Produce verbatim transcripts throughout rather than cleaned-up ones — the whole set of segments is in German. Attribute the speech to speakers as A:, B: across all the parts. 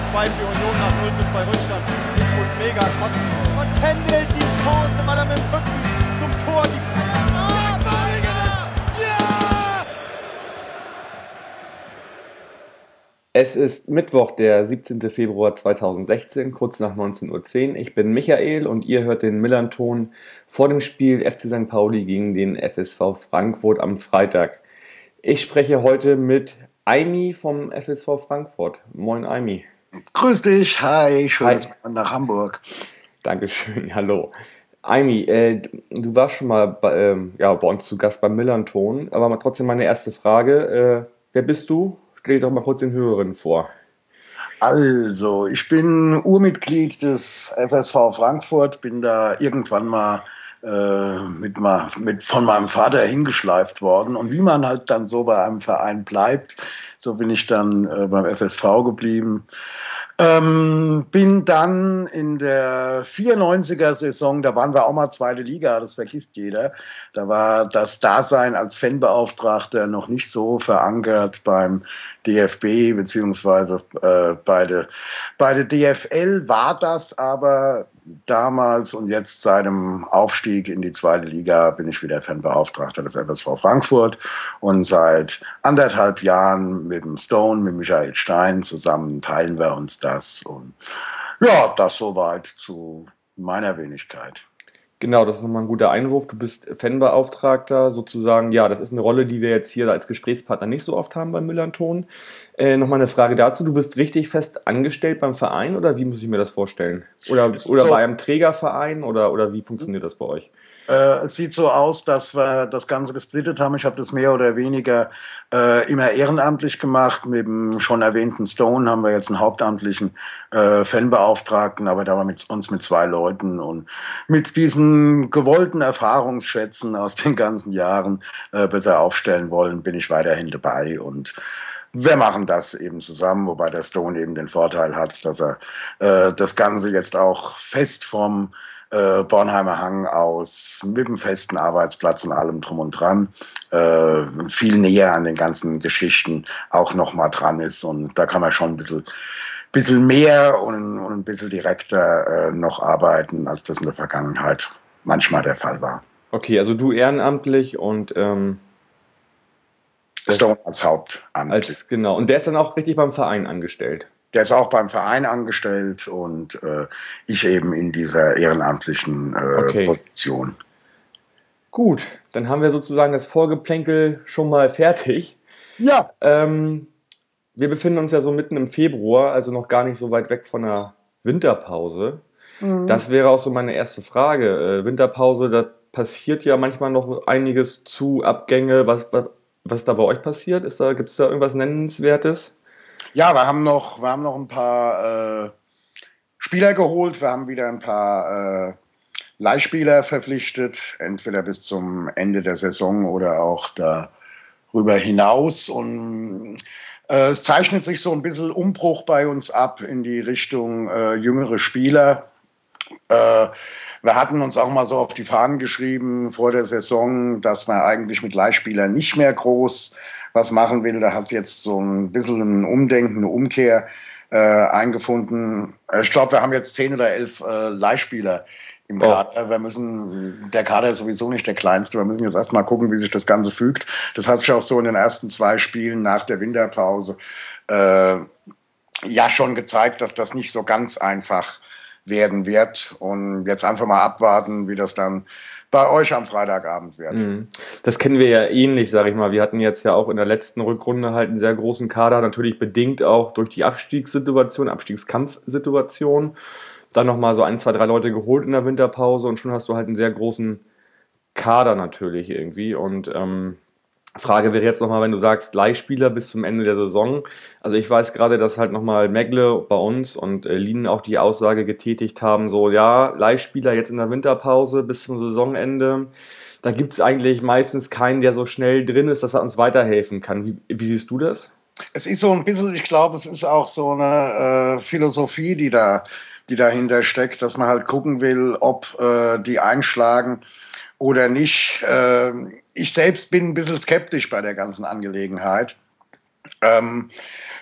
A: zwei für Union nach null zu zwei Rückstand. Ich muss mega kotzen. Und Kendall die Chance, weil er mit dem Rücken zum Tor die Ah, Badiger! Ja!
B: Es ist Mittwoch, der siebzehnten Februar zweitausendsechzehn, kurz nach neunzehn Uhr zehn. Ich bin Michael und ihr hört den Millern-Ton vor dem Spiel F C Sankt Pauli gegen den F S V Frankfurt am Freitag. Ich spreche heute mit Aimi vom F S V Frankfurt. Moin Aimi.
C: Grüß dich, hi, schönes
B: Hi.
C: Mal nach Hamburg.
B: Dankeschön, hallo. Aimi, äh, du warst schon mal bei, ähm, ja, bei uns zu Gast beim Millern-Ton, aber mal trotzdem meine erste Frage. Äh, wer bist du? Stell dich doch mal kurz den Hörerinnen vor.
C: Also, ich bin Urmitglied des F S V Frankfurt, bin da irgendwann mal, äh, mit, mal mit von meinem Vater hingeschleift worden. Und wie man halt dann so bei einem Verein bleibt, so bin ich dann äh, beim F S V geblieben. Ähm, bin dann in der vierundneunziger-Saison, da waren wir auch mal zweite Liga, das vergisst jeder, da war das Dasein als Fanbeauftragter noch nicht so verankert beim D F B beziehungsweise äh, bei der bei der D F L war das aber damals, und jetzt seit dem Aufstieg in die zweite Liga bin ich wieder Fanbeauftragter des F S V Frankfurt und seit anderthalb Jahren mit dem Stone, mit Michael Stein zusammen teilen wir uns das, und ja, das soweit zu meiner Wenigkeit.
B: Genau, das ist nochmal ein guter Einwurf. Du bist Fanbeauftragter sozusagen. Ja, das ist eine Rolle, die wir jetzt hier als Gesprächspartner nicht so oft haben beim Millern-Ton. Äh, nochmal eine Frage dazu. Du bist richtig fest angestellt beim Verein oder wie muss ich mir das vorstellen? Oder, oder
C: so,
B: bei einem Trägerverein oder, oder wie funktioniert das bei euch?
C: Äh, es sieht so aus, dass wir das Ganze gesplittet haben. Ich habe das mehr oder weniger äh, immer ehrenamtlich gemacht. Mit dem schon erwähnten Stone haben wir jetzt einen hauptamtlichen äh, Fanbeauftragten, aber da wir mit uns mit zwei Leuten und mit diesen gewollten Erfahrungsschätzen aus den ganzen Jahren äh, besser aufstellen wollen, bin ich weiterhin dabei, und wir machen das eben zusammen, wobei der Stone eben den Vorteil hat, dass er äh, das Ganze jetzt auch fest vom Äh, Bornheimer Hang aus, mit dem festen Arbeitsplatz und allem drum und dran, äh, viel näher an den ganzen Geschichten auch nochmal dran ist, und da kann man schon ein bisschen, bisschen mehr und, und ein bisschen direkter äh, noch arbeiten, als das in der Vergangenheit manchmal der Fall war.
B: Okay, also du ehrenamtlich und ähm,
C: Stone als Hauptamtlich.
B: Als, genau. Und der ist dann auch richtig beim Verein angestellt.
C: Der ist auch beim Verein angestellt und äh, ich eben in dieser ehrenamtlichen äh,
B: Okay.
C: Position.
B: Gut, dann haben wir sozusagen das Vorgeplänkel schon mal fertig.
C: Ja.
B: Ähm, wir befinden uns ja so mitten im Februar, also noch gar nicht so weit weg von der Winterpause.
C: Mhm.
B: Das wäre auch so meine erste Frage. Äh, Winterpause, da passiert ja manchmal noch einiges zu Abgänge. Was, was, was ist da bei euch passiert? Ist da, gibt es da irgendwas Nennenswertes?
C: Ja, wir haben noch, wir haben noch ein paar äh, Spieler geholt. Wir haben wieder ein paar äh, Leihspieler verpflichtet, entweder bis zum Ende der Saison oder auch darüber hinaus. Und äh, es zeichnet sich so ein bisschen Umbruch bei uns ab in die Richtung äh, jüngere Spieler. Äh, wir hatten uns auch mal so auf die Fahnen geschrieben vor der Saison, dass man eigentlich mit Leihspielern nicht mehr groß was machen will. Da hat jetzt so ein bisschen ein Umdenken, eine Umkehr äh, eingefunden. Ich glaube, wir haben jetzt zehn oder elf äh, Leihspieler im Kader. Oh. Wir müssen, der Kader ist sowieso nicht der kleinste. Wir müssen jetzt erstmal gucken, wie sich das Ganze fügt. Das hat sich auch so in den ersten zwei Spielen nach der Winterpause äh, ja schon gezeigt, dass das nicht so ganz einfach werden wird. Und jetzt einfach mal abwarten, wie das dann bei euch am Freitagabend wird.
B: Das kennen wir ja ähnlich, sage ich mal. Wir hatten jetzt ja auch in der letzten Rückrunde halt einen sehr großen Kader, natürlich bedingt auch durch die Abstiegssituation, Abstiegskampfsituation. Dann nochmal so ein, zwei, drei Leute geholt in der Winterpause und schon hast du halt einen sehr großen Kader natürlich irgendwie. Und ähm, Frage wäre jetzt nochmal, wenn du sagst, Leihspieler bis zum Ende der Saison. Also ich weiß gerade, dass halt nochmal Megle bei uns und äh, Lien auch die Aussage getätigt haben, so ja, Leihspieler jetzt in der Winterpause bis zum Saisonende. Da gibt es eigentlich meistens keinen, der so schnell drin ist, dass er uns weiterhelfen kann. Wie, wie siehst du das?
C: Es ist so ein bisschen, ich glaube, es ist auch so eine äh, Philosophie, die da, die dahinter steckt, dass man halt gucken will, ob äh, die einschlagen oder nicht. Äh, ich selbst bin ein bisschen skeptisch bei der ganzen Angelegenheit. Ähm,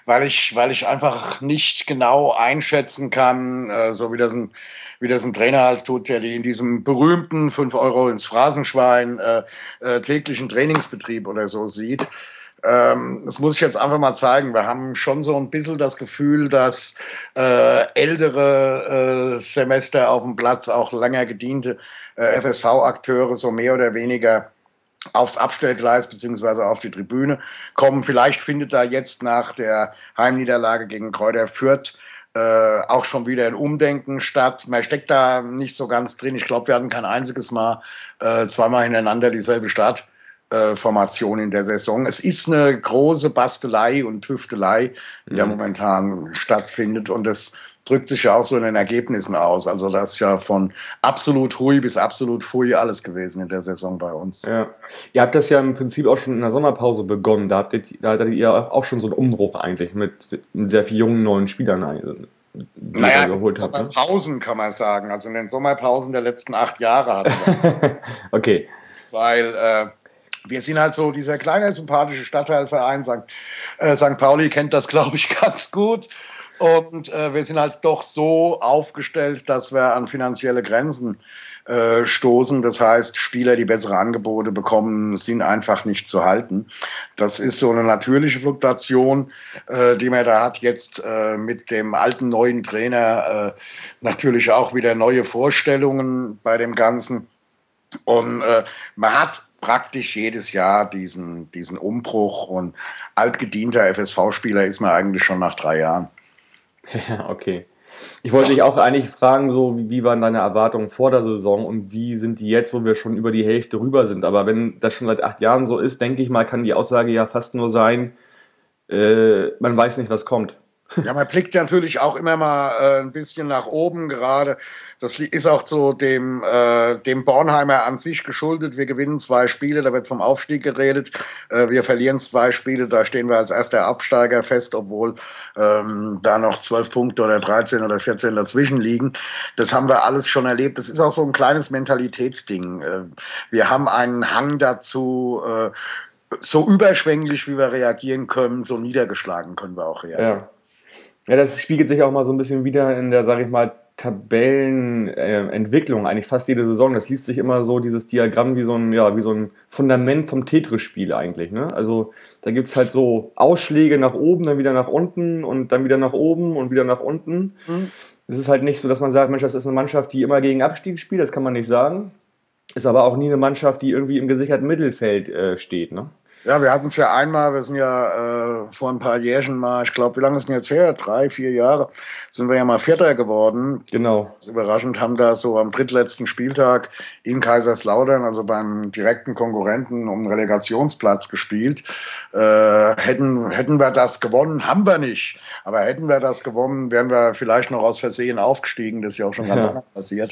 C: weil ich, weil ich einfach nicht genau einschätzen kann, äh, so wie das ein, wie das ein Trainer halt tut, der die in diesem berühmten fünf Euro ins Phrasenschwein äh, äh, täglichen Trainingsbetrieb oder so sieht. Ähm, das muss ich jetzt einfach mal zeigen. Wir haben schon so ein bisschen das Gefühl, dass äh, ältere äh, Semester auf dem Platz, auch länger gediente äh, F S V-Akteure so mehr oder weniger aufs Abstellgleis beziehungsweise auf die Tribüne kommen. Vielleicht findet da jetzt nach der Heimniederlage gegen Kräuter Fürth äh, auch schon wieder ein Umdenken statt. Man steckt da nicht so ganz drin. Ich glaube, wir hatten kein einziges Mal äh, zweimal hintereinander dieselbe Startformation äh, in der Saison. Es ist eine große Bastelei und Tüftelei, die da momentan stattfindet, und das drückt sich ja auch so in den Ergebnissen aus. Also das ist ja von absolut hui bis absolut fui alles gewesen in der Saison bei uns.
B: Ja. Ihr habt das ja im Prinzip auch schon in der Sommerpause begonnen. Da habt ihr, da hattet ihr auch schon so einen Umbruch eigentlich mit, mit sehr vielen jungen neuen Spielern, die
C: naja,
B: ihr geholt habt.
C: Ne? Pausen kann man sagen. Also in den Sommerpausen der letzten acht Jahre hatten wir.
B: Okay.
C: Weil äh, wir sind halt so dieser kleine, sympathische Stadtteilverein. Sankt Äh, Sankt Pauli kennt das, glaube ich, ganz gut. Und äh, wir sind halt doch so aufgestellt, dass wir an finanzielle Grenzen äh, stoßen. Das heißt, Spieler, die bessere Angebote bekommen, sind einfach nicht zu halten. Das ist so eine natürliche Fluktuation, äh, die man da hat. Jetzt äh, mit dem alten, neuen Trainer äh, natürlich auch wieder neue Vorstellungen bei dem Ganzen. Und äh, man hat praktisch jedes Jahr diesen, diesen Umbruch. Und altgedienter F S V-Spieler ist man eigentlich schon nach drei Jahren.
B: Ja, okay. Ich wollte dich auch eigentlich fragen, so wie waren deine Erwartungen vor der Saison und wie sind die jetzt, wo wir schon über die Hälfte rüber sind? Aber wenn das schon seit acht Jahren so ist, denke ich mal, kann die Aussage ja fast nur sein, äh, man weiß nicht, was kommt.
C: Ja, man blickt natürlich auch immer mal äh, ein bisschen nach oben gerade. Das ist auch so dem, äh, dem Bornheimer an sich geschuldet. Wir gewinnen zwei Spiele, da wird vom Aufstieg geredet. Äh, wir verlieren zwei Spiele, da stehen wir als erster Absteiger fest, obwohl ähm, da noch zwölf Punkte oder dreizehn oder vierzehn dazwischen liegen. Das haben wir alles schon erlebt. Das ist auch so ein kleines Mentalitätsding. Äh, wir haben einen Hang dazu, äh, so überschwänglich, wie wir reagieren können, so niedergeschlagen können wir auch reagieren.
B: Ja. Ja, das spiegelt sich auch mal so ein bisschen wieder in der, sage ich mal, Tabellenentwicklung, äh, eigentlich fast jede Saison. Das liest sich immer so, dieses Diagramm, wie so ein, ja, wie so ein Fundament vom Tetris-Spiel eigentlich. Ne? Also da gibt es halt so Ausschläge nach oben, dann wieder nach unten und dann wieder nach oben und wieder nach unten. Mhm. Es ist halt nicht so, dass man sagt, Mensch, das ist eine Mannschaft, die immer gegen Abstieg spielt, das kann man nicht sagen. Ist aber auch nie eine Mannschaft, die irgendwie im gesicherten Mittelfeld äh, steht, ne?
C: Ja, wir hatten es ja einmal, wir sind ja äh, vor ein paar Jährchen mal, ich glaube, wie lange ist denn jetzt her? Drei, vier Jahre, sind wir ja mal Vierter geworden.
B: Genau.
C: Das überraschend haben da so am drittletzten Spieltag in Kaiserslautern, also beim direkten Konkurrenten, um einen Relegationsplatz gespielt. Äh, hätten, hätten wir das gewonnen, haben wir nicht. Aber hätten wir das gewonnen, wären wir vielleicht noch aus Versehen aufgestiegen. Das ist ja auch schon ganz ja. anders passiert.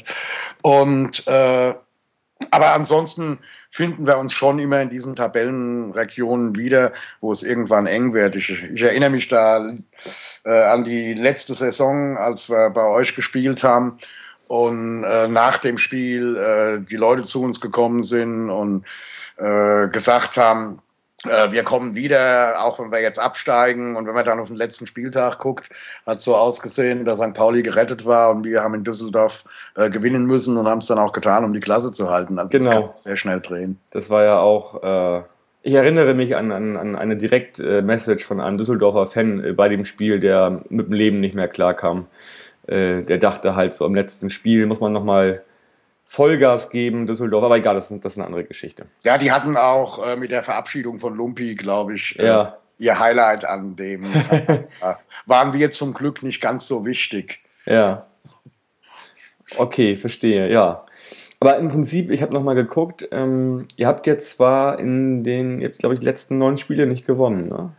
C: Und äh, aber ansonsten finden wir uns schon immer in diesen Tabellenregionen wieder, wo es irgendwann eng wird. Ich, ich erinnere mich da äh, an die letzte Saison, als wir bei euch gespielt haben und äh, nach dem Spiel äh, die Leute zu uns gekommen sind und äh, gesagt haben, äh, wir kommen wieder, auch wenn wir jetzt absteigen. Und wenn man dann auf den letzten Spieltag guckt, hat es so ausgesehen, dass Sankt Pauli gerettet war und wir haben in Düsseldorf äh, gewinnen müssen und haben es dann auch getan, um die Klasse zu halten. Also
B: genau.
C: Das kann sehr schnell drehen.
B: Das war ja auch, äh, ich erinnere mich an, an, an eine Direkt-Message von einem Düsseldorfer Fan äh, bei dem Spiel, der mit dem Leben nicht mehr klarkam. Äh, der dachte halt so, am letzten Spiel muss man nochmal Vollgas geben, Düsseldorf, aber egal, das ist, das ist eine andere Geschichte.
C: Ja, die hatten auch äh, mit der Verabschiedung von Lumpi, glaube ich, äh,
B: ja.
C: ihr Highlight an dem Tag. Waren wir zum Glück nicht ganz so wichtig.
B: Ja. Okay, verstehe, ja. Aber im Prinzip, ich habe nochmal geguckt, ähm, ihr habt jetzt zwar in den, jetzt glaube ich, letzten neun Spiele nicht gewonnen, ne?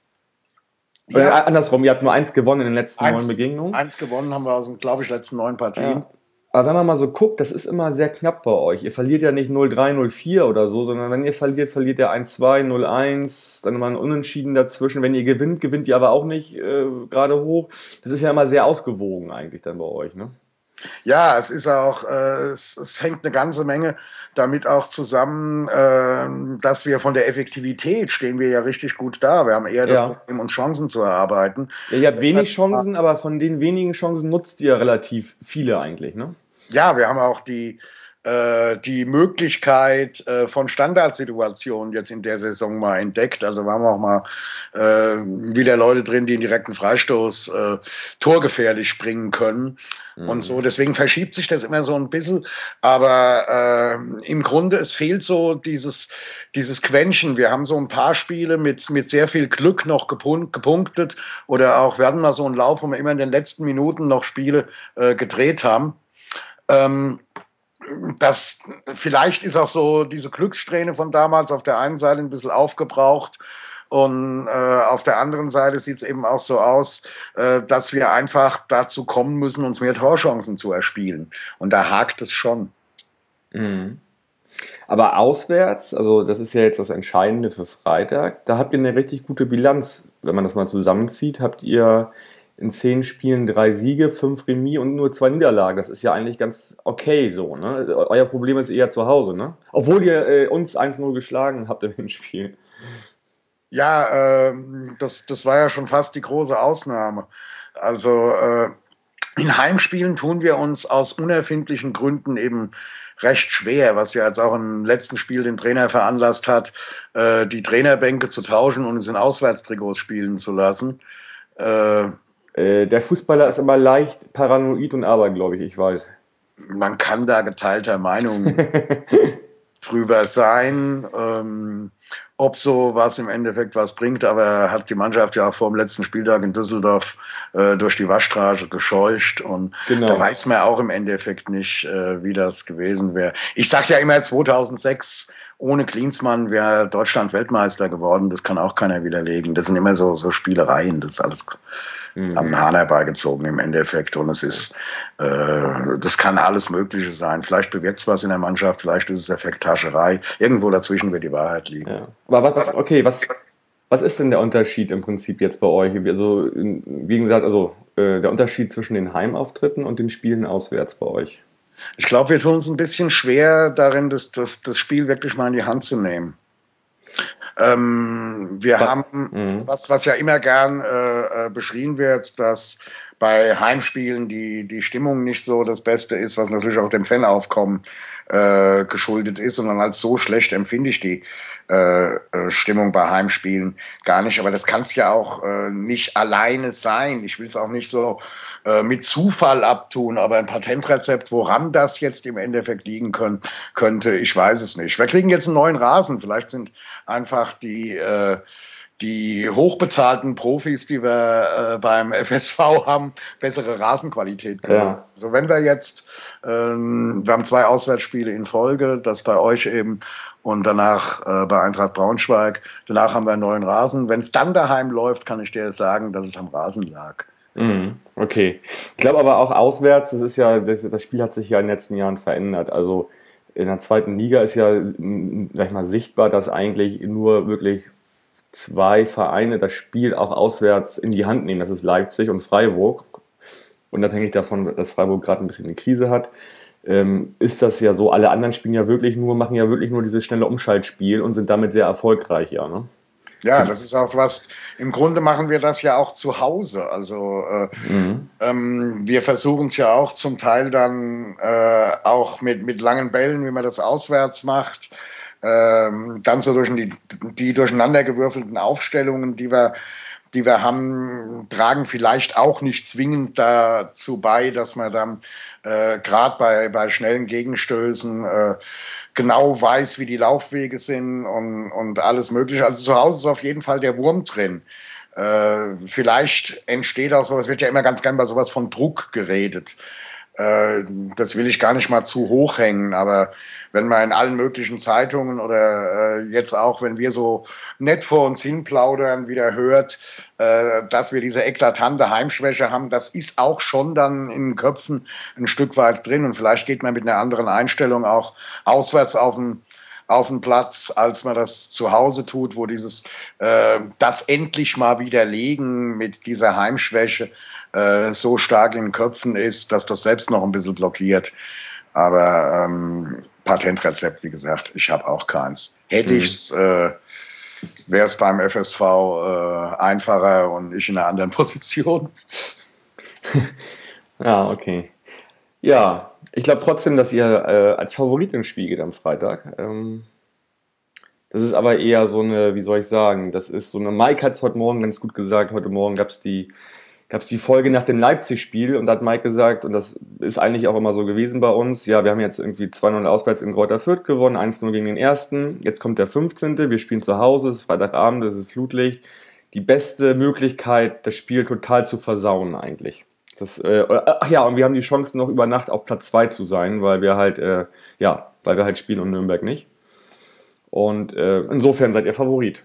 B: Oder ja, andersrum, ihr habt nur eins gewonnen in den letzten
C: eins,
B: neun Begegnungen.
C: Eins gewonnen haben wir aus den, glaube ich, letzten neun Partien.
B: Ja. Aber wenn man mal so guckt, das ist immer sehr knapp bei euch. Ihr verliert ja nicht null drei, null vier oder so, sondern wenn ihr verliert, verliert ihr eins zwei, null eins, dann mal ein Unentschieden dazwischen. Wenn ihr gewinnt, gewinnt ihr aber auch nicht äh, gerade hoch. Das ist ja immer sehr ausgewogen eigentlich dann bei euch, ne?
C: Ja, es ist auch, äh, es, es hängt eine ganze Menge damit auch zusammen, äh, dass wir von der Effektivität stehen wir ja richtig gut da. Wir haben eher das
B: Ja.
C: Problem, uns Chancen zu erarbeiten.
B: Ja, ihr habt wenig Chancen, aber von den wenigen Chancen nutzt ihr relativ viele eigentlich, ne?
C: Ja, wir haben auch die, äh, die Möglichkeit äh, von Standardsituationen jetzt in der Saison mal entdeckt. Also wir haben auch mal äh, wieder Leute drin, die einen direkten Freistoß äh, torgefährlich springen können. Und so, deswegen verschiebt sich das immer so ein bisschen. Aber äh, im Grunde, es fehlt so dieses, dieses Quäntchen. Wir haben so ein paar Spiele mit, mit sehr viel Glück noch gepun- gepunktet. Oder auch, wir hatten mal so einen Lauf, wo wir immer in den letzten Minuten noch Spiele äh, gedreht haben. Ähm, das, vielleicht ist auch so diese Glückssträhne von damals auf der einen Seite ein bisschen aufgebraucht. Und äh, auf der anderen Seite sieht es eben auch so aus, äh, dass wir einfach dazu kommen müssen, uns mehr Torchancen zu erspielen. Und da hakt es schon.
B: Mhm. Aber auswärts, also das ist ja jetzt das Entscheidende für Freitag, da habt ihr eine richtig gute Bilanz. Wenn man das mal zusammenzieht, habt ihr in zehn Spielen drei Siege, fünf Remis und nur zwei Niederlagen. Das ist ja eigentlich ganz okay so, ne? Euer Problem ist eher zu Hause, ne? Obwohl ihr äh, uns eins null geschlagen habt im Hinspiel.
C: Ja, äh, das, das war ja schon fast die große Ausnahme. Also äh, in Heimspielen tun wir uns aus unerfindlichen Gründen eben recht schwer, was ja jetzt auch im letzten Spiel den Trainer veranlasst hat, äh, die Trainerbänke zu tauschen und uns in Auswärtstrikots spielen zu lassen. Äh,
B: Äh, der Fußballer ist immer leicht paranoid und abergläubig, ich weiß.
C: Man kann da geteilter Meinung drüber sein, ähm, ob so was im Endeffekt was bringt, aber hat die Mannschaft ja auch vor dem letzten Spieltag in Düsseldorf äh, durch die Waschstraße gescheucht und
B: Genau.
C: da weiß man auch im Endeffekt nicht, äh, wie das gewesen wäre. Ich sag ja immer, zweitausendsechs ohne Klinsmann wäre Deutschland Weltmeister geworden, das kann auch keiner widerlegen. Das sind immer so, so Spielereien, das ist alles
B: Mhm.
C: an den Hahn herbeigezogen im Endeffekt. Und es ist, äh, das kann alles Mögliche sein. Vielleicht bewirkt es was in der Mannschaft, vielleicht ist es Effekthascherei. Irgendwo dazwischen wird die Wahrheit liegen.
B: Ja. Aber was, was, okay, was, was ist denn der Unterschied im Prinzip jetzt bei euch? Also, wie gesagt, also äh, der Unterschied zwischen den Heimauftritten und den Spielen auswärts bei euch?
C: Ich glaube, wir tun uns ein bisschen schwer darin, das, das, das Spiel wirklich mal in die Hand zu nehmen. Ähm, wir
B: Was-
C: haben,
B: Mhm.
C: was, was ja immer gern äh, äh, beschrien wird, dass bei Heimspielen die, die Stimmung nicht so das Beste ist, was natürlich auch dem Fanaufkommen äh, geschuldet ist. Und dann als so schlecht empfinde ich die äh, äh, Stimmung bei Heimspielen gar nicht. Aber das kann es ja auch äh, nicht alleine sein. Ich will es auch nicht so äh, mit Zufall abtun, aber ein Patentrezept, woran das jetzt im Endeffekt liegen können, könnte, ich weiß es nicht. Wir kriegen jetzt einen neuen Rasen. Vielleicht sind einfach die, äh, die hochbezahlten Profis, die wir äh, beim F S V haben, bessere Rasenqualität können.
B: Ja.
C: Also wenn wir jetzt, ähm, wir haben zwei Auswärtsspiele in Folge, das bei euch eben und danach äh, bei Eintracht Braunschweig. Danach haben wir einen neuen Rasen. Wenn es dann daheim läuft, kann ich dir sagen, dass es am Rasen lag.
B: Mhm. Okay. Ich glaube aber auch auswärts, das ist ja, das, das Spiel hat sich ja in den letzten Jahren verändert. Also in der zweiten Liga ist ja, m, sag ich mal, sichtbar, dass eigentlich nur wirklich zwei Vereine das Spiel auch auswärts in die Hand nehmen. Das ist Leipzig und Freiburg. Unabhängig davon, dass Freiburg gerade ein bisschen eine Krise hat, ähm, ist das ja so. Alle anderen spielen ja wirklich nur, machen ja wirklich nur dieses schnelle Umschaltspiel und sind damit sehr erfolgreich, ja. Ne?
C: Ja, das ist auch was, im Grunde machen wir das ja auch zu Hause. Also äh,
B: Mhm.
C: ähm, wir versuchen es ja auch zum Teil dann äh, auch mit, mit langen Bällen, wie man das auswärts macht. Ähm, dann so durch die, die durcheinandergewürfelten Aufstellungen, die wir, die wir haben, tragen vielleicht auch nicht zwingend dazu bei, dass man dann äh, gerade bei, bei schnellen Gegenstößen äh, genau weiß, wie die Laufwege sind und, und alles Mögliche. Also zu Hause ist auf jeden Fall der Wurm drin. Äh, vielleicht entsteht auch sowas, wird ja immer ganz gern bei sowas von Druck geredet. Äh, das will ich gar nicht mal zu hoch hängen, aber wenn man in allen möglichen Zeitungen oder äh, jetzt auch, wenn wir so nett vor uns hin plaudern, wieder hört, äh, dass wir diese eklatante Heimschwäche haben, das ist auch schon dann in den Köpfen ein Stück weit drin und vielleicht geht man mit einer anderen Einstellung auch auswärts auf den auf den Platz, als man das zu Hause tut, wo dieses äh, das endlich mal widerlegen mit dieser Heimschwäche äh, so stark in den Köpfen ist, dass das selbst noch ein bisschen blockiert. Aber ähm, Patentrezept, wie gesagt, ich habe auch keins. Hätte
B: Mhm.
C: ich's, äh, wäre es beim F S V äh, einfacher und ich in einer anderen Position.
B: Ja, okay. Ja, ich glaube trotzdem, dass ihr äh, als Favorit ins Spiel geht am Freitag. Ähm, das ist aber eher so eine, wie soll ich sagen, das ist so eine, Mike hat es heute Morgen ganz gut gesagt, heute Morgen gab es die, gab's die Folge nach dem Leipzig-Spiel und da hat Mike gesagt, und das ist eigentlich auch immer so gewesen bei uns, ja, wir haben jetzt irgendwie zwei null auswärts in Greuther Fürth gewonnen, eins null gegen den ersten, jetzt kommt der fünfzehnte, wir spielen zu Hause, es ist Freitagabend, es ist Flutlicht. Die beste Möglichkeit, das Spiel total zu versauen eigentlich. Das, äh, ach ja, und wir haben die Chance noch über Nacht auf Platz zwei zu sein, weil wir halt, äh, ja, weil wir halt spielen und Nürnberg nicht. Und äh, insofern seid ihr Favorit.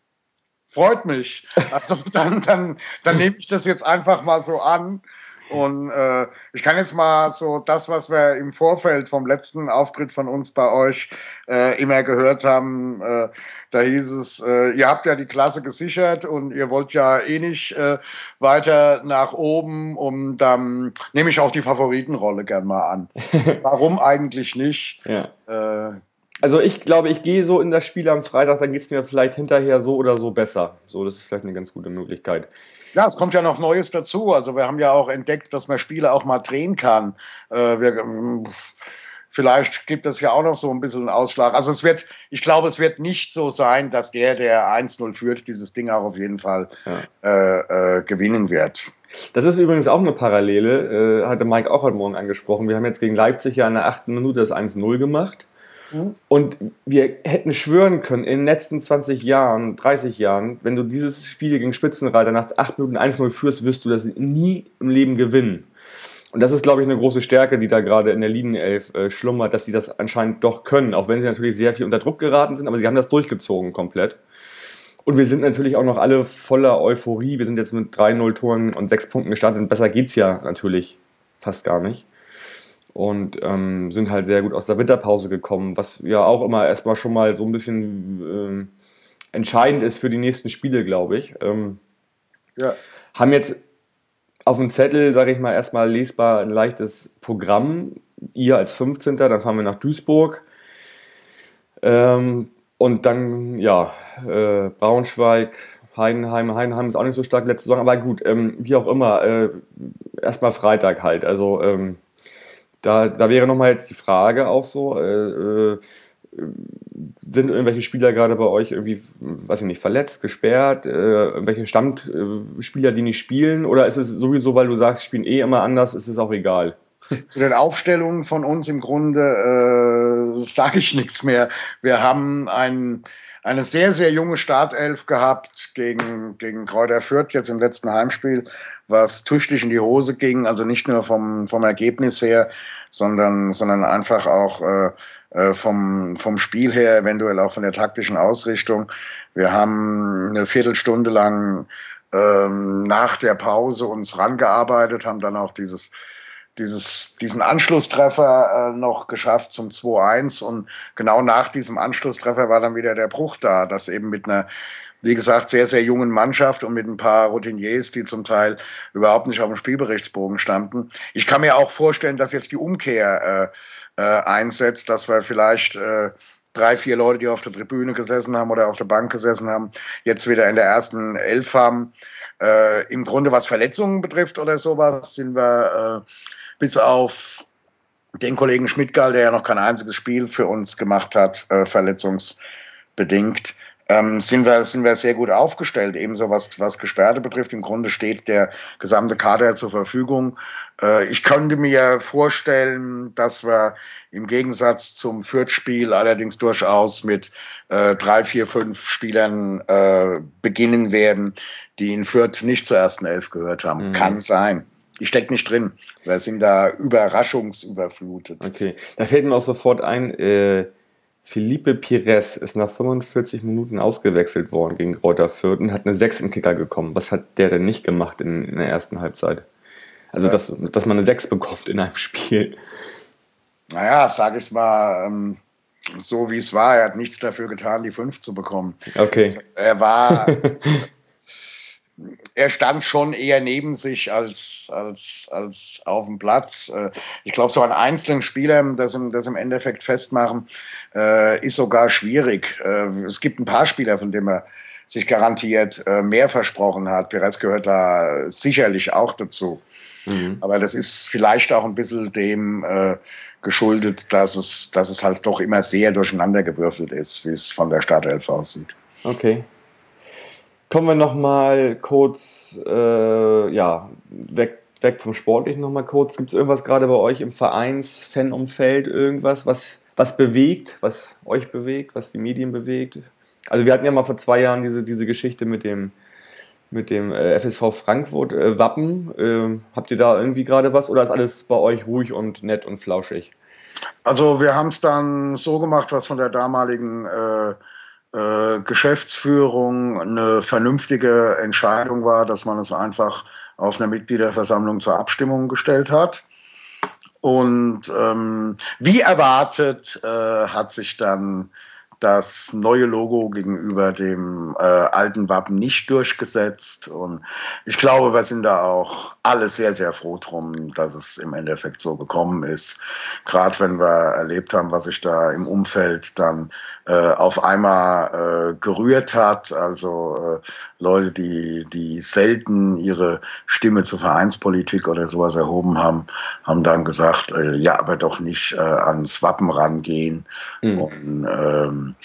C: Freut mich. Also dann, dann, dann nehme ich das jetzt einfach mal so an. Und äh, ich kann jetzt mal so das, was wir im Vorfeld vom letzten Auftritt von uns bei euch äh, immer gehört haben, äh, da hieß es, äh, ihr habt ja die Klasse gesichert und ihr wollt ja eh nicht äh, weiter nach oben, und dann nehme ich auch die Favoritenrolle gern mal an. Warum eigentlich nicht?
B: Ja.
C: Äh,
B: Also ich glaube, ich gehe so in das Spiel am Freitag, dann geht es mir vielleicht hinterher so oder so besser. So, das ist vielleicht eine ganz gute Möglichkeit.
C: Ja, es kommt ja noch Neues dazu. Also wir haben ja auch entdeckt, dass man Spiele auch mal drehen kann. Äh, wir, ähm, vielleicht gibt es ja auch noch so ein bisschen einen Ausschlag. Also es wird, ich glaube, es wird nicht so sein, dass der, der eins null führt, dieses Ding auch auf jeden Fall
B: Ja.
C: äh, äh, gewinnen wird.
B: Das ist übrigens auch eine Parallele, äh, hatte Mike auch heute Morgen angesprochen. Wir haben jetzt gegen Leipzig ja in der achten Minute das eins null gemacht. Und wir hätten schwören können, in den letzten zwanzig Jahren, dreißig Jahren, wenn du dieses Spiel gegen Spitzenreiter nach acht Minuten eins null führst, wirst du das nie im Leben gewinnen. Und das ist, glaube ich, eine große Stärke, die da gerade in der Linienelf äh, schlummert, dass sie das anscheinend doch können, auch wenn sie natürlich sehr viel unter Druck geraten sind, aber sie haben das durchgezogen komplett. Und wir sind natürlich auch noch alle voller Euphorie. Wir sind jetzt mit drei null Toren und sechs Punkten gestartet und besser geht's ja natürlich fast gar nicht. Und ähm, sind halt sehr gut aus der Winterpause gekommen, was ja auch immer erstmal schon mal so ein bisschen ähm, entscheidend ist für die nächsten Spiele, glaube ich. Ähm,
C: Ja.
B: Haben jetzt auf dem Zettel, sage ich mal, erstmal lesbar ein leichtes Programm. Ihr als fünfzehnter, dann fahren wir nach Duisburg. Ähm, und dann, ja, äh, Braunschweig, Heidenheim. Heidenheim ist auch nicht so stark letzte Saison, aber gut, ähm, wie auch immer, äh, erstmal Freitag halt. Also, ähm, Da, da wäre nochmal jetzt die Frage auch so, äh, äh, sind irgendwelche Spieler gerade bei euch irgendwie, weiß ich nicht, verletzt, gesperrt, äh, irgendwelche Stammspieler, die nicht spielen, oder ist es sowieso, weil du sagst, spielen eh immer anders, ist es auch egal?
C: Zu den Aufstellungen von uns im Grunde äh, sage ich nichts mehr. Wir haben ein, eine sehr, sehr junge Startelf gehabt gegen, gegen Greuther Fürth jetzt im letzten Heimspiel, was tüchtig in die Hose ging, also nicht nur vom, vom Ergebnis her, sondern, sondern einfach auch äh, vom, vom Spiel her, eventuell auch von der taktischen Ausrichtung. Wir haben eine Viertelstunde lang ähm, nach der Pause uns rangearbeitet, haben dann auch dieses Dieses, diesen Anschlusstreffer äh, noch geschafft zum zwei eins, und genau nach diesem Anschlusstreffer war dann wieder der Bruch da, dass eben mit einer, wie gesagt, sehr, sehr jungen Mannschaft und mit ein paar Routiniers, die zum Teil überhaupt nicht auf dem Spielberichtsbogen standen. Ich kann mir auch vorstellen, dass jetzt die Umkehr äh, äh, einsetzt, dass wir vielleicht äh, drei, vier Leute, die auf der Tribüne gesessen haben oder auf der Bank gesessen haben, jetzt wieder in der ersten Elf haben. Äh, Im Grunde, was Verletzungen betrifft oder sowas, sind wir äh, bis auf den Kollegen Schmidtgall, der ja noch kein einziges Spiel für uns gemacht hat, äh, verletzungsbedingt, ähm, sind wir, sind wir sehr gut aufgestellt. Ebenso was, was Gesperrte betrifft. Im Grunde steht der gesamte Kader zur Verfügung. Äh, ich könnte mir vorstellen, dass wir im Gegensatz zum Fürth-Spiel allerdings durchaus mit äh, drei, vier, fünf Spielern äh, beginnen werden, die in Fürth nicht zur ersten Elf gehört haben. Mhm. Kann sein. Ich stecke nicht drin. Wir sind da überraschungsüberflutet.
B: Okay, da fällt mir auch sofort ein, äh, Felipe Pires ist nach fünfundvierzig Minuten ausgewechselt worden gegen Greuther Fürth und hat eine sechs im Kicker bekommen. Was hat der denn nicht gemacht in, in der ersten Halbzeit? Also, ja. dass, dass man eine sechs bekommt in einem Spiel.
C: Naja, sag ich mal, ähm, so wie es war. Er hat nichts dafür getan, die fünf zu bekommen.
B: Okay.
C: Also, er war... er stand schon eher neben sich als, als, als auf dem Platz. Ich glaube, so an einzelnen Spielern das im, das im Endeffekt festmachen, äh, ist sogar schwierig. Äh, es gibt ein paar Spieler, von denen man sich garantiert äh, mehr versprochen hat. Perez gehört da sicherlich auch dazu. Mhm. Aber das ist vielleicht auch ein bisschen dem äh, geschuldet, dass es, dass es halt doch immer sehr durcheinandergewürfelt ist, wie es von der Startelf aussieht.
B: Okay. Kommen wir nochmal kurz äh, ja, weg, weg vom Sportlichen nochmal kurz. Gibt es irgendwas gerade bei euch im Vereins-Fanumfeld, irgendwas, was, was bewegt, was euch bewegt, was die Medien bewegt? Also wir hatten ja mal vor zwei Jahren diese, diese Geschichte mit dem, mit dem äh, F S V Frankfurt äh, Wappen. Äh, habt ihr da irgendwie gerade was oder ist alles bei euch ruhig und nett und flauschig?
C: Also wir haben es dann so gemacht, was von der damaligen äh, äh, Geschäftsführung eine vernünftige Entscheidung war, dass man es einfach auf einer Mitgliederversammlung zur Abstimmung gestellt hat. Und ähm, wie erwartet äh, hat sich dann das neue Logo gegenüber dem äh, alten Wappen nicht durchgesetzt. Und ich glaube, wir sind da auch alle sehr, sehr froh drum, dass es im Endeffekt so gekommen ist. Gerade wenn wir erlebt haben, was sich da im Umfeld dann äh, auf einmal äh, gerührt hat. Also äh, Leute, die, die selten ihre Stimme zur Vereinspolitik oder sowas erhoben haben, haben dann gesagt, äh, ja, aber doch nicht äh, ans Wappen rangehen. Mhm. Und ähm,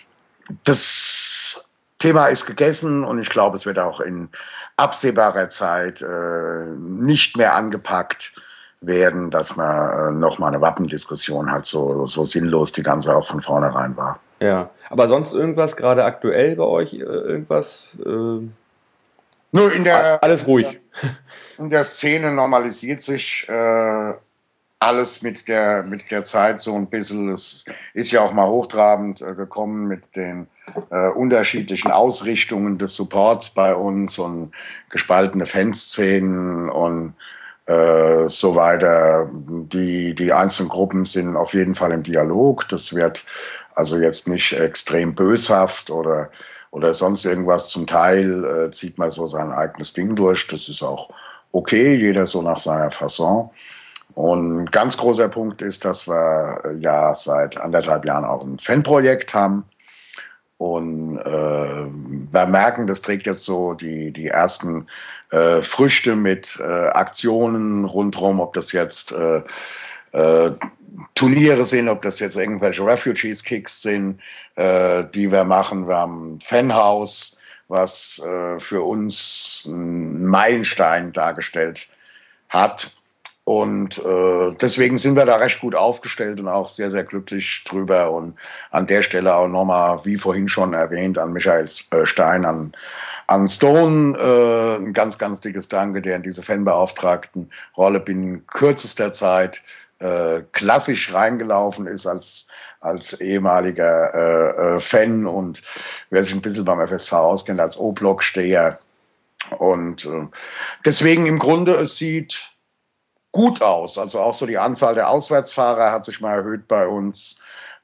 C: das Thema ist gegessen und ich glaube, es wird auch in absehbarer Zeit äh, nicht mehr angepackt werden, dass man äh, nochmal eine Wappendiskussion hat, so, so sinnlos die ganze auch von vornherein war.
B: Ja, aber sonst irgendwas, gerade aktuell bei euch, irgendwas? Äh,
C: Nur in der,
B: alles ruhig.
C: In der Szene normalisiert sich äh, alles mit der, mit der Zeit so ein bisschen. Es ist ja auch mal hochtrabend äh, gekommen mit den äh, unterschiedlichen Ausrichtungen des Supports bei uns und gespaltene Fanszenen und äh, so weiter. Die, die einzelnen Gruppen sind auf jeden Fall im Dialog. Das wird also jetzt nicht extrem böshaft oder, oder sonst irgendwas. Zum Teil äh, zieht man so sein eigenes Ding durch. Das ist auch okay, jeder so nach seiner Fasson. Und ein ganz großer Punkt ist, dass wir äh, ja seit anderthalb Jahren auch ein Fanprojekt haben. Und äh, wir merken, das trägt jetzt so die, die ersten äh, Früchte mit äh, Aktionen rundherum, ob das jetzt äh, äh, Turniere sind, ob das jetzt irgendwelche Refugees-Kicks sind, äh, die wir machen. Wir haben ein Fanhaus, was äh, für uns einen Meilenstein dargestellt hat. Und äh, deswegen sind wir da recht gut aufgestellt und auch sehr, sehr glücklich drüber. Und an der Stelle auch nochmal, wie vorhin schon erwähnt, an Michael äh, Stein, an, an Stone äh, ein ganz, ganz dickes Danke, der in diese Fanbeauftragten-Rolle binnen kürzester Zeit äh, klassisch reingelaufen ist als, als ehemaliger äh, äh, Fan und wer sich ein bisschen beim F S V auskennt, als O-Block-Steher. Und äh, deswegen im Grunde, es sieht gut aus. Also auch so die Anzahl der Auswärtsfahrer hat sich mal erhöht bei uns.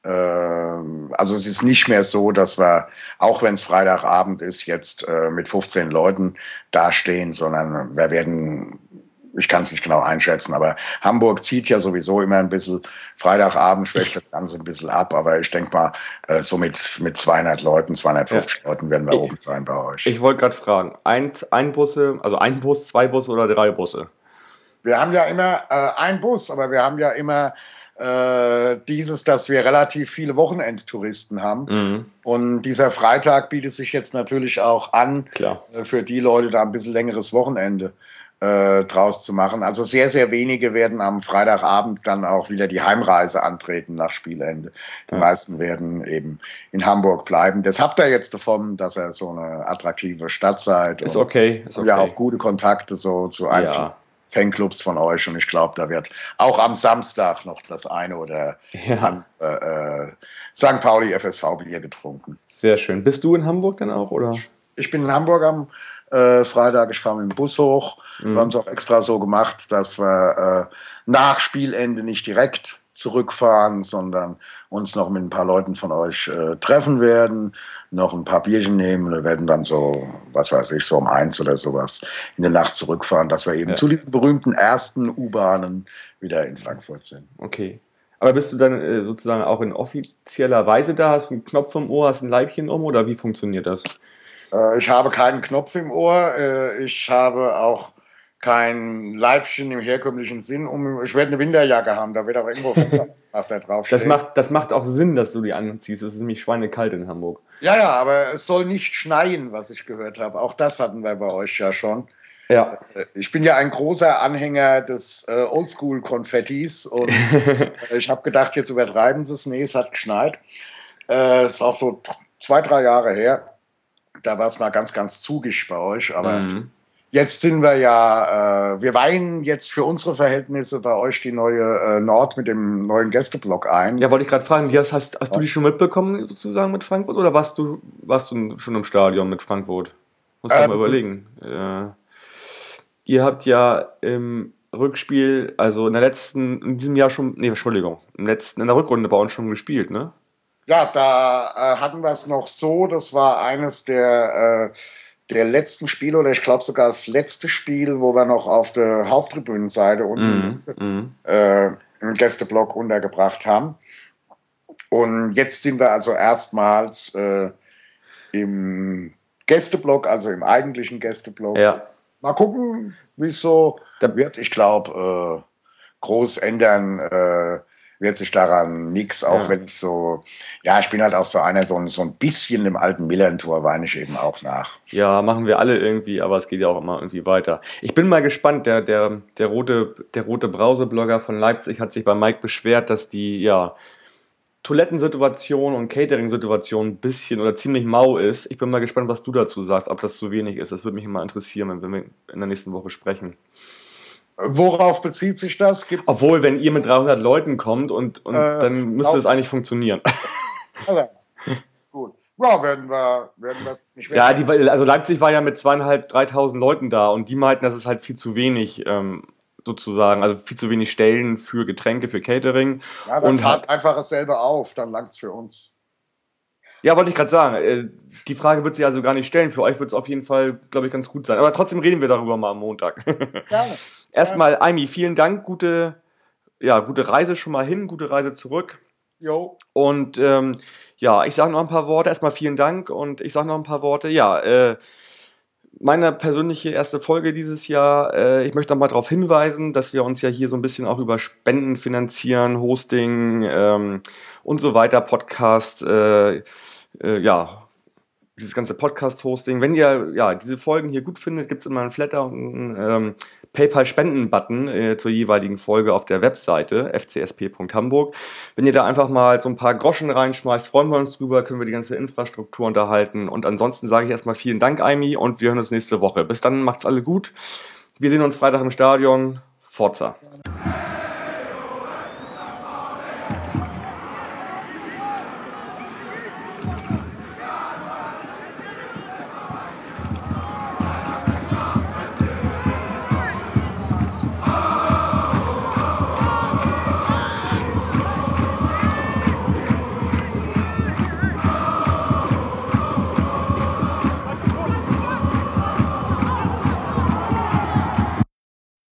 C: Ähm, also es ist nicht mehr so, dass wir, auch wenn es Freitagabend ist, jetzt äh, mit fünfzehn Leuten dastehen, sondern wir werden, ich kann es nicht genau einschätzen, aber Hamburg zieht ja sowieso immer ein bisschen. Freitagabend schwächt das Ganze ein bisschen ab, aber ich denke mal, äh, so mit, mit zweihundert Leuten, zweihundertfünfzig ja. Leuten werden wir ich, oben sein bei euch.
B: Ich wollte gerade fragen, ein, ein Busse, also ein Bus, zwei Busse oder drei Busse?
C: Wir haben ja immer äh, einen Bus, aber wir haben ja immer äh, dieses, dass wir relativ viele Wochenendtouristen haben. Mhm. Und dieser Freitag bietet sich jetzt natürlich auch an, äh, für die Leute da ein bisschen längeres Wochenende äh, draus zu machen. Also sehr, sehr wenige werden am Freitagabend dann auch wieder die Heimreise antreten nach Spielende. Die ja. meisten werden eben in Hamburg bleiben. Das habt ihr jetzt davon, dass ihr so eine attraktive Stadt seid.
B: Ist okay. Ist okay.
C: Und ja auch gute Kontakte so zu einzelnen ja. Fanclubs von euch und ich glaube, da wird auch am Samstag noch das eine oder ja. an, äh, Sankt Pauli F S V Bier getrunken.
B: Sehr schön. Bist du in Hamburg dann auch, oder?
C: Ich bin in Hamburg am äh, Freitag, ich fahre mit dem Bus hoch. Mhm. Wir haben es auch extra so gemacht, dass wir äh, nach Spielende nicht direkt zurückfahren, sondern uns noch mit ein paar Leuten von euch äh, treffen werden, noch ein paar Bierchen nehmen. Wir werden dann so, was weiß ich, so um eins oder sowas in der Nacht zurückfahren, dass wir eben
B: Ja.
C: zu diesen berühmten ersten U-Bahnen wieder in Frankfurt sind.
B: Okay. Aber bist du dann äh, sozusagen auch in offizieller Weise da? Hast du einen Knopf im Ohr, hast ein Leibchen um oder wie funktioniert das?
C: Äh, ich habe keinen Knopf im Ohr. Äh, ich habe auch kein Leibchen im herkömmlichen Sinn. Um, ich werde eine Winterjacke haben, da wird auch irgendwo auf der draufsteht.
B: Das macht, das macht auch Sinn, dass du die anziehst. Es ist nämlich schweinekalt in Hamburg.
C: Ja, ja, aber es soll nicht schneien, was ich gehört habe. Auch das hatten wir bei euch ja schon.
B: Ja.
C: Ich bin ja ein großer Anhänger des äh, Oldschool-Konfettis und äh, ich habe gedacht, jetzt übertreiben sie es. Nee, es hat geschneit. Äh, es ist auch so zwei, drei Jahre her. Da war es mal ganz, ganz zugig bei euch. Aber
B: Mhm.
C: jetzt sind wir ja, äh, wir weihen jetzt für unsere Verhältnisse bei euch die neue äh, Nord mit dem neuen Gästeblock ein.
B: Ja, wollte ich gerade fragen, wie hast, hast, hast du die schon mitbekommen, sozusagen mit Frankfurt, oder warst du, warst du schon im Stadion mit Frankfurt? Muss ich
C: Ähm,
B: mal überlegen. Äh, ihr habt ja im Rückspiel, also in der letzten, in diesem Jahr schon, nee, Entschuldigung, im letzten, in der Rückrunde bei uns schon gespielt, ne?
C: Ja, da äh, hatten wir es noch so, das war eines der, äh, der letzten Spiele oder ich glaube sogar das letzte Spiel, wo wir noch auf der Haupttribünenseite unten
B: Mhm. Mhm.
C: äh, im Gästeblock untergebracht haben. Und jetzt sind wir also erstmals äh, im Gästeblock, also im eigentlichen Gästeblock.
B: Ja.
C: Mal gucken, wie es so
B: Da-
C: wird. Ich glaube, äh, groß ändern äh, wird sich daran nichts, auch
B: Ja.
C: wenn ich so, ja, ich bin halt auch so einer, so, ein- so ein bisschen im alten Millern-Tor weine ich eben auch nach.
B: Ja, machen wir alle irgendwie, aber es geht ja auch immer irgendwie weiter. Ich bin mal gespannt, der, der, der rote, der rote Brause-Blogger von Leipzig hat sich bei Mike beschwert, dass die, ja, Toilettensituation und Catering-Situation ein bisschen oder ziemlich mau ist. Ich bin mal gespannt, was du dazu sagst, ob das zu wenig ist. Das würde mich mal interessieren, wenn wir in der nächsten Woche sprechen.
C: Worauf bezieht sich das? Gibt
B: Obwohl, wenn ihr mit dreihundert Leuten kommt und, und
C: Äh,
B: dann müsste es
C: glaub-
B: eigentlich funktionieren.
C: also, gut. Ja, werden wir, werden wir nicht
B: Ja, die, also Leipzig war ja mit zweieinhalb, dreitausend Leuten da und die meinten, das ist halt viel zu wenig, ähm, sozusagen, also viel zu wenig Stellen für Getränke, für Catering.
C: ja, dann
B: und
C: fahrt einfach dasselbe auf, dann langt's für uns.
B: Ja, wollte ich gerade sagen. Äh, die Frage wird sich also gar nicht stellen. Für euch wird es auf jeden Fall, glaube ich, ganz gut sein. Aber trotzdem reden wir darüber mal am Montag.
C: Gerne.
B: Erstmal, Aimi, vielen Dank. Gute, ja, gute Reise schon mal hin, gute Reise zurück.
C: Jo.
B: Und ähm, ja, ich sage noch ein paar Worte. Erstmal vielen Dank und ich sage noch ein paar Worte. Ja, äh, meine persönliche erste Folge dieses Jahr. Äh, ich möchte noch mal darauf hinweisen, dass wir uns ja hier so ein bisschen auch über Spenden finanzieren, Hosting ähm, und so weiter, Podcast, äh, äh, ja, dieses ganze Podcast-Hosting. Wenn ihr ja diese Folgen hier gut findet, gibt es immer einen Flatter und einen ähm, PayPal-Spenden-Button äh, zur jeweiligen Folge auf der Webseite f c s p punkt hamburg. Wenn ihr da einfach mal so ein paar Groschen reinschmeißt, freuen wir uns drüber, können wir die ganze Infrastruktur unterhalten. Und ansonsten sage ich erstmal vielen Dank, Aimi, und wir hören uns nächste Woche. Bis dann, macht's alle gut. Wir sehen uns Freitag im Stadion. Forza.